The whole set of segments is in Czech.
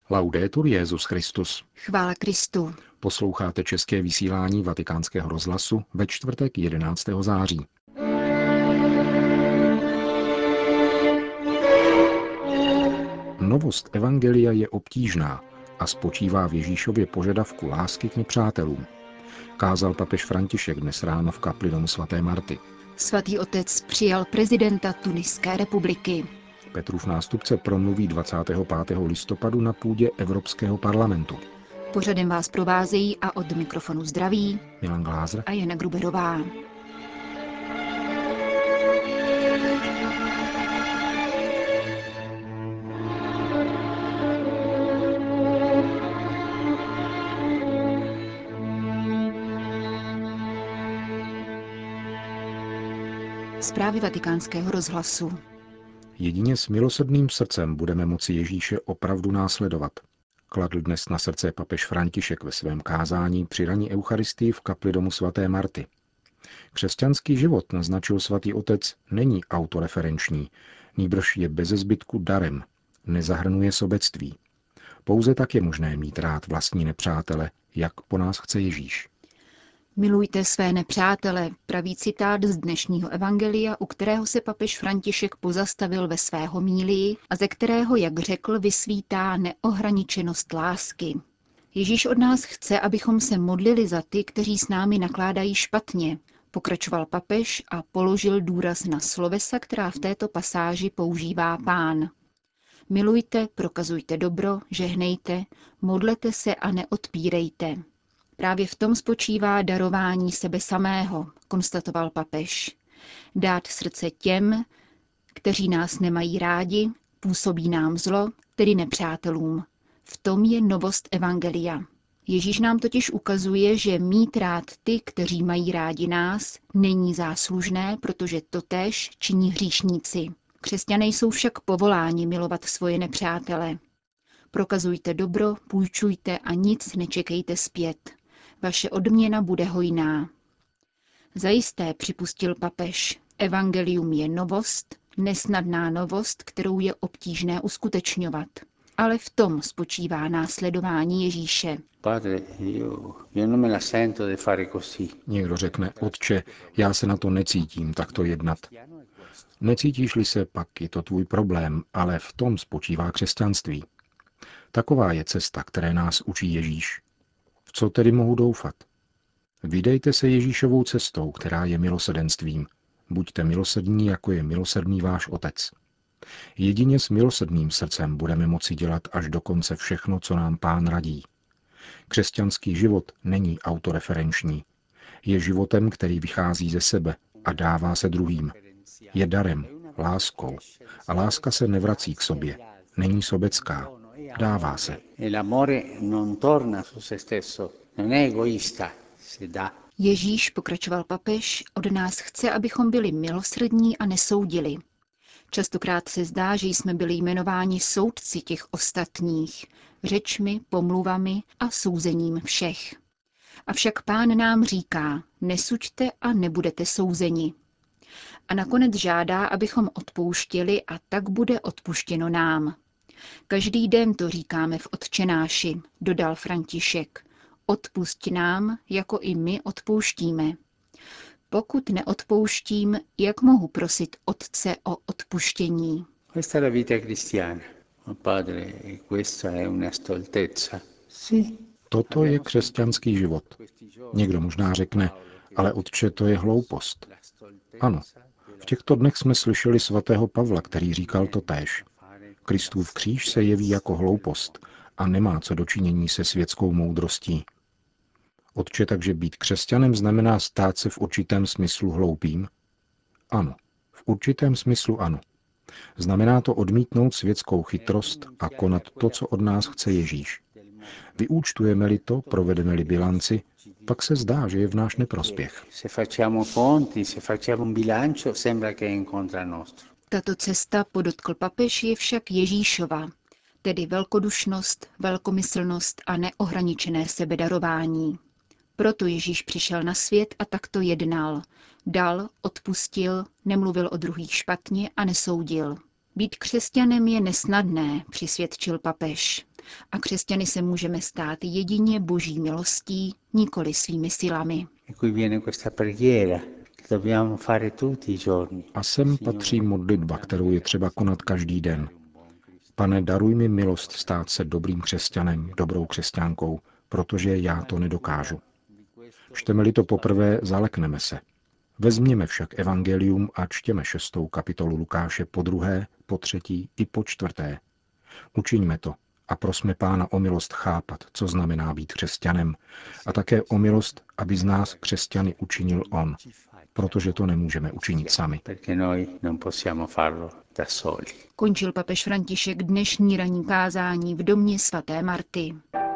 Laudetur Jesus Christus. Chvála Kristu. Posloucháte české vysílání Vatikánského rozhlasu ve čtvrtek 11. září. Novost evangelia je obtížná a spočívá v Ježíšově požadavku lásky k nepřátelům. Kázal papež František dnes ráno v kapli domu svaté Marty. Svatý otec přijal prezidenta Tuniské republiky. Petrův nástupce promluví 25. listopadu na půdě Evropského parlamentu. Pořadem vás provázejí a od mikrofonu zdraví Milan Glázer a Jana Gruberová. Zprávy Vatikánského rozhlasu. Jedině s milosrdným srdcem budeme moci Ježíše opravdu následovat, kladl dnes na srdce papež František ve svém kázání při ranní eucharistii v kapli domu svaté Marty. Křesťanský život, naznačil svatý otec, není autoreferenční, nýbrž je bezezbytku darem, nezahrnuje sobectví. Pouze tak je možné mít rád vlastní nepřátele, jak po nás chce Ježíš. Milujte své nepřátele, praví citát z dnešního evangelia, u kterého se papež František pozastavil ve své homílii a ze kterého, jak řekl, vysvítá neohraničenost lásky. Ježíš od nás chce, abychom se modlili za ty, kteří s námi nakládají špatně, pokračoval papež a položil důraz na slovesa, která v této pasáži používá Pán. Milujte, prokazujte dobro, žehnejte, modlete se a neodpírejte. Právě v tom spočívá darování sebe samého, konstatoval papež. Dát srdce těm, kteří nás nemají rádi, působí nám zlo, tedy nepřátelům. V tom je novost evangelia. Ježíš nám totiž ukazuje, že mít rád ty, kteří mají rádi nás, není záslužné, protože totéž činí hříšníci. Křesťané jsou však povoláni milovat svoje nepřátele. Prokazujte dobro, půjčujte a nic nečekejte zpět. Vaše odměna bude hojná. Zajisté, připustil papež, evangelium je novost, nesnadná novost, kterou je obtížné uskutečňovat. Ale v tom spočívá následování Ježíše. Někdo řekne, otče, já se na to necítím takto jednat. Necítíš-li se, pak je to tvůj problém, ale v tom spočívá křesťanství. Taková je cesta, které nás učí Ježíš. V co tedy mohu doufat? Vydejte se Ježíšovou cestou, která je milosrdenstvím. Buďte milosrdní, jako je milosrdný váš Otec. Jedině s milosrdným srdcem budeme moci dělat až do konce všechno, co nám Pán radí. Křesťanský život není autoreferenční. Je životem, který vychází ze sebe a dává se druhým. Je darem, láskou. A láska se nevrací k sobě. Není sobecká. Dává se. Ježíš, pokračoval papež, od nás chce, abychom byli milosrdní a nesoudili. Častokrát se zdá, že jsme byli jmenováni soudci těch ostatních, řečmi, pomluvami a souzením všech. Avšak Pán nám říká, nesuďte a nebudete souzeni. A nakonec žádá, abychom odpouštěli a tak bude odpuštěno nám. Každý den to říkáme v Otčenáši, dodal František. Odpusť nám, jako i my odpouštíme. Pokud neodpouštím, jak mohu prosit Otce o odpuštění? Toto je křesťanský život. Někdo možná řekne, ale otče, to je hloupost. Ano, v těchto dnech jsme slyšeli svatého Pavla, který říkal totéž. Kristův kříž se jeví jako hloupost a nemá co dočinění se světskou moudrostí. Otče, takže být křesťanem znamená stát se v určitém smyslu hloupým? Ano, v určitém smyslu ano. Znamená to odmítnout světskou chytrost a konat to, co od nás chce Ježíš. Vyúčtujeme-li to, provedeme-li bilanci, pak se zdá, že je v náš neprospěch. Tato cesta, podotkl papež, je však Ježíšova, tedy velkodušnost, velkomyslnost a neohraničené sebedarování. Proto Ježíš přišel na svět a takto jednal. Dal, odpustil, nemluvil o druhých špatně a nesoudil. Být křesťanem je nesnadné, přisvědčil papež. A křesťany se můžeme stát jedině boží milostí, nikoli svými silami. A sem patří modlitba, kterou je třeba konat každý den. Pane, daruj mi milost stát se dobrým křesťanem, dobrou křesťankou, protože já to nedokážu. Čteme-li to poprvé, zalekneme se. Vezměme však evangelium a čtěme 6. kapitolu Lukáše po druhé, po třetí i po čtvrté. Učiňme to a prosme Pána o milost chápat, co znamená být křesťanem, a také o milost, aby z nás křesťany učinil On, protože to nemůžeme učinit sami. Končil papež František dnešní ranní kázání v domě svaté Marty.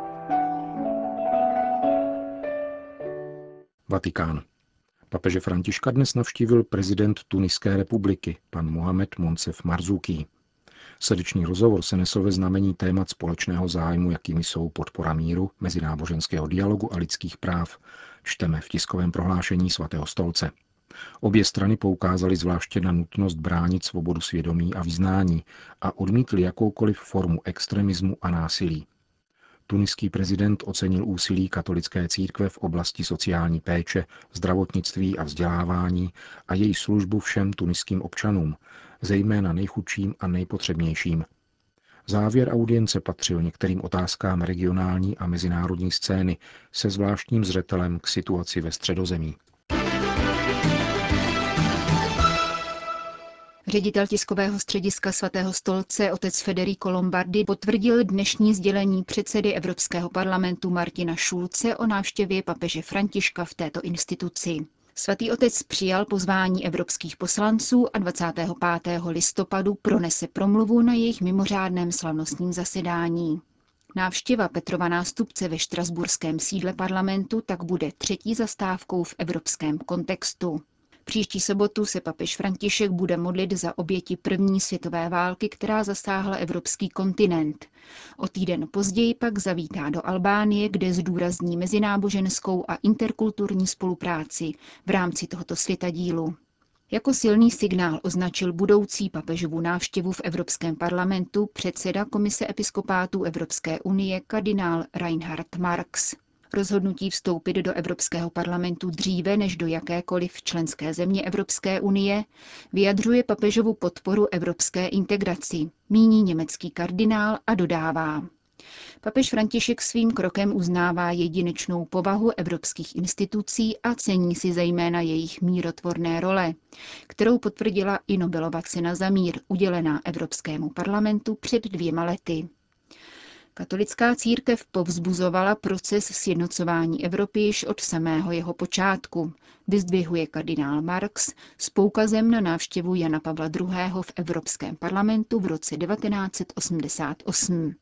Vatikán. Papeže Františka dnes navštívil prezident Tuniské republiky, pan Mohamed Monsef Marzouki. Srdečný rozhovor se nesl ve znamení témat společného zájmu, jakými jsou podpora míru, mezináboženského dialogu a lidských práv, čteme v tiskovém prohlášení svatého stolce. Obě strany poukázaly zvláště na nutnost bránit svobodu svědomí a vyznání a odmítli jakoukoliv formu extremismu a násilí. Tuniský prezident ocenil úsilí katolické církve v oblasti sociální péče, zdravotnictví a vzdělávání a její službu všem tuniským občanům, zejména nejchudším a nejpotřebnějším. Závěr audience patřil některým otázkám regionální a mezinárodní scény se zvláštním zřetelem k situaci ve Středozemí. Ředitel tiskového střediska svatého stolce otec Federico Lombardi potvrdil dnešní sdělení předsedy Evropského parlamentu Martina Schulze o návštěvě papeže Františka v této instituci. Svatý otec přijal pozvání evropských poslanců a 25. listopadu pronese promluvu na jejich mimořádném slavnostním zasedání. Návštěva Petrova nástupce ve štrasburském sídle parlamentu tak bude třetí zastávkou v evropském kontextu. Příští sobotu se papež František bude modlit za oběti první světové války, která zasáhla evropský kontinent. O týden později pak zavítá do Albánie, kde zdůrazní mezináboženskou a interkulturní spolupráci v rámci tohoto světadílu. Jako silný signál označil budoucí papežovu návštěvu v Evropském parlamentu předseda Komise episkopátů Evropské unie kardinál Reinhard Marx. Rozhodnutí vstoupit do Evropského parlamentu dříve než do jakékoliv členské země Evropské unie vyjadřuje papežovu podporu evropské integraci, míní německý kardinál a dodává. Papež František svým krokem uznává jedinečnou povahu evropských institucí a cení si zejména jejich mírotvorné role, kterou potvrdila i Nobelova cena za mír, udělená Evropskému parlamentu před 2 lety. Katolická církev povzbuzovala proces sjednocování Evropy již od samého jeho počátku, vyzdvihuje kardinál Marx s poukazem na návštěvu Jana Pavla II. V Evropském parlamentu v roce 1988.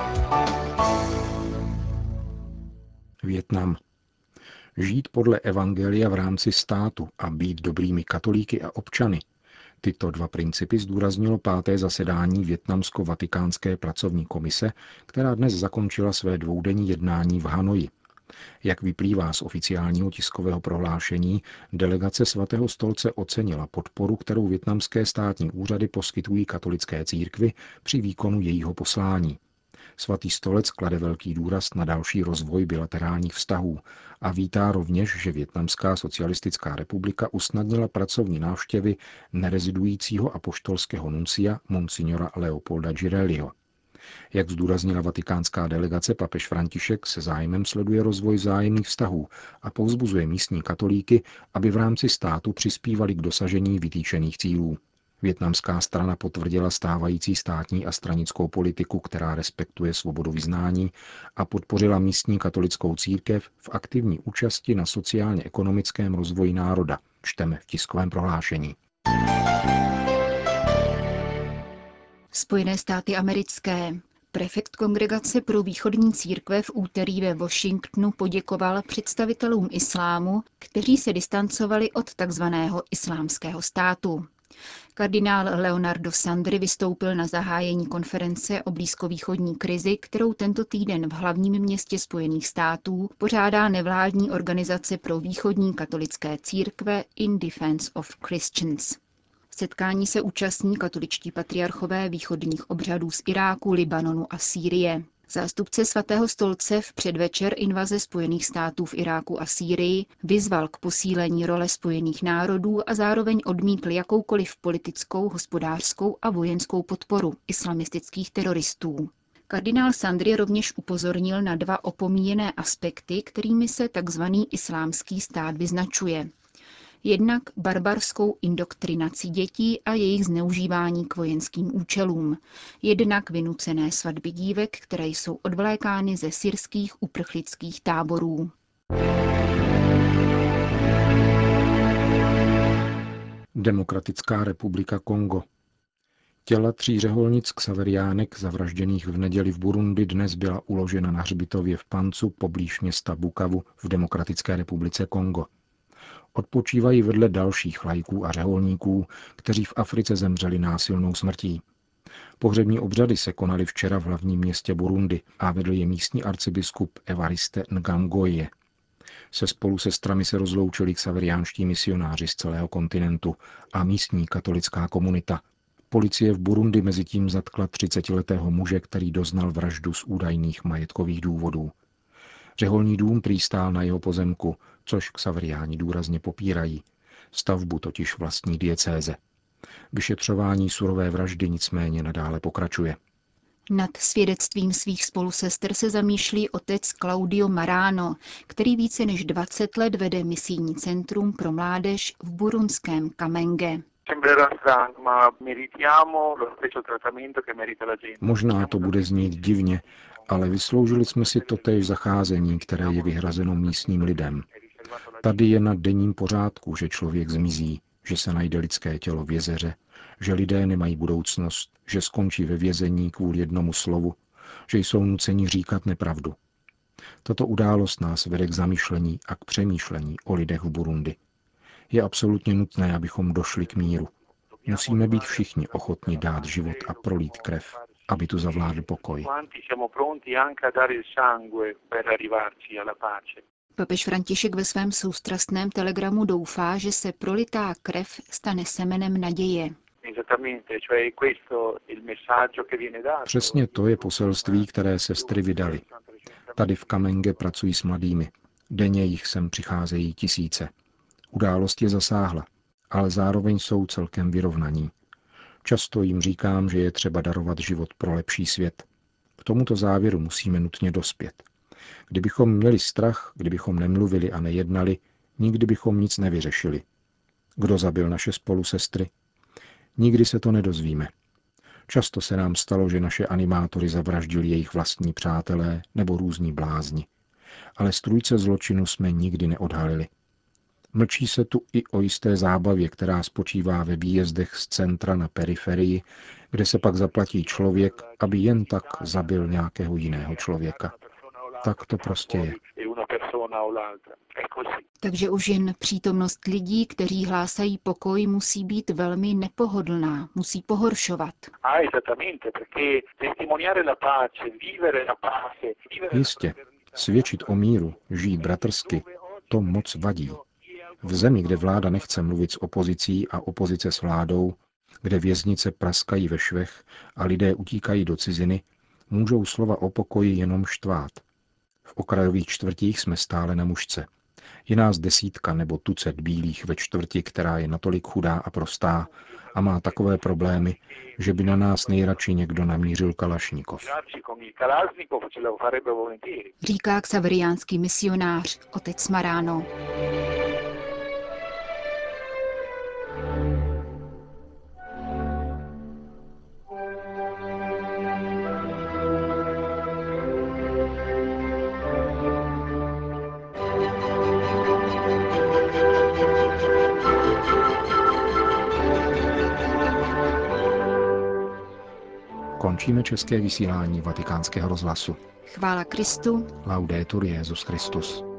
Vietnam. Žít podle evangelia v rámci státu a být dobrými katolíky a občany. Tyto 2 principy zdůraznilo 5. zasedání Vietnamsko-vatikánské pracovní komise, která dnes zakončila své 2denní jednání v Hanoji. Jak vyplývá z oficiálního tiskového prohlášení, delegace svatého stolce ocenila podporu, kterou vietnamské státní úřady poskytují katolické církvi při výkonu jejího poslání. Svatý stolec klade velký důraz na další rozvoj bilaterálních vztahů a vítá rovněž, že Vietnamská socialistická republika usnadnila pracovní návštěvy nerezidujícího apoštolského nuncia monsignora Leopolda Girelliho. Jak zdůraznila vatikánská delegace, papež František se zájmem sleduje rozvoj vzájemných vztahů a povzbuzuje místní katolíky, aby v rámci státu přispívali k dosažení vytýčených cílů. Vietnamská strana potvrdila stávající státní a stranickou politiku, která respektuje svobodu vyznání a podpořila místní katolickou církev v aktivní účasti na sociálně-ekonomickém rozvoji národa, čteme v tiskovém prohlášení. Spojené státy americké. Prefekt Kongregace pro východní církve v úterý ve Washingtonu poděkoval představitelům islámu, kteří se distancovali od tzv. Islámského státu. Kardinál Leonardo Sandri vystoupil na zahájení konference o blízkovýchodní krizi, kterou tento týden v hlavním městě Spojených států pořádá nevládní organizace pro východní katolické církve In Defense of Christians. Setkání se účastní katoličtí patriarchové východních obřadů z Iráku, Libanonu a Sýrie. Zástupce Svatého stolce v předvečer invaze Spojených států v Iráku a Sýrii vyzval k posílení role Spojených národů a zároveň odmítl jakoukoliv politickou, hospodářskou a vojenskou podporu islamistických teroristů. Kardinál Sandri rovněž upozornil na dva opomíjené aspekty, kterými se tzv. Islámský stát vyznačuje. Jednak barbarskou indoktrinaci dětí a jejich zneužívání k vojenským účelům, jednak vynucené svatby dívek, které jsou odvlékány ze syrských uprchlických táborů. Demokratická republika Kongo. Těla 3 řeholnic ksaveriánek zavražděných v neděli v Burundi dnes byla uložena na hřbitově v Pancu poblíž města Bukavu v Demokratické republice Kongo. Odpočívají vedle dalších laiků a řeholníků, kteří v Africe zemřeli násilnou smrtí. Pohřební obřady se konaly včera v hlavním městě Burundi a vedl je místní arcibiskup Evariste Ngamgoye. Se spolusestrami se rozloučili ksaveriánští misionáři z celého kontinentu a místní katolická komunita. Policie v Burundi mezitím zatkla 30letého muže, který doznal vraždu z údajných majetkových důvodů. Řeholní dům prý stál na jeho pozemku, což ksaveriáni důrazně popírají. Stavbu totiž vlastní diecéze. Vyšetřování surové vraždy nicméně nadále pokračuje. Nad svědectvím svých spolusester se zamýšlí otec Claudio Marano, který více než 20 let vede misijní centrum pro mládež v burundském Kamenge. Možná to bude znít divně, ale vysloužili jsme si totéž zacházení, které je vyhrazeno místním lidem. Tady je na denním pořádku, že člověk zmizí, že se najde lidské tělo v jezeře, že lidé nemají budoucnost, že skončí ve vězení kvůli jednomu slovu, že jsou nuceni říkat nepravdu. Tato událost nás vede k zamyšlení a k přemýšlení o lidech v Burundi. Je absolutně nutné, abychom došli k míru. Musíme být všichni ochotni dát život a prolít krev, aby tu zavládl pokoj. Papež František ve svém soustrastném telegramu doufá, že se prolitá krev stane semenem naděje. Přesně to je poselství, které sestry vydali. Tady v Kamenge pracují s mladými. Denně jich sem přicházejí tisíce. Událost je zasáhla, ale zároveň jsou celkem vyrovnaní. Často jim říkám, že je třeba darovat život pro lepší svět. K tomuto závěru musíme nutně dospět. Kdybychom měli strach, kdybychom nemluvili a nejednali, nikdy bychom nic nevyřešili. Kdo zabil naše spolusestry? Nikdy se to nedozvíme. Často se nám stalo, že naše animátory zavraždili jejich vlastní přátelé nebo různí blázni. Ale strůjce zločinu jsme nikdy neodhalili. Mlčí se tu i o jisté zábavě, která spočívá ve výjezdech z centra na periferii, kde se pak zaplatí člověk, aby jen tak zabil nějakého jiného člověka. Tak to prostě je. Takže už jen přítomnost lidí, kteří hlásají pokoj, musí být velmi nepohodlná, musí pohoršovat. Jistě, svědčit o míru, žít bratrsky, to moc vadí. V zemi, kde vláda nechce mluvit s opozicí a opozice s vládou, kde věznice praskají ve švech a lidé utíkají do ciziny, můžou slova o pokoji jenom štvát. V okrajových čtvrtích jsme stále na mušce. Je nás 10 nebo tucet bílých ve čtvrti, která je natolik chudá a prostá a má takové problémy, že by na nás nejradši někdo namířil kalašnikov. Říká ksaveriánský misionář otec Marano. Končíme české vysílání Vatikánského rozhlasu. Chvála Kristu. Laudetur Jesus Christus.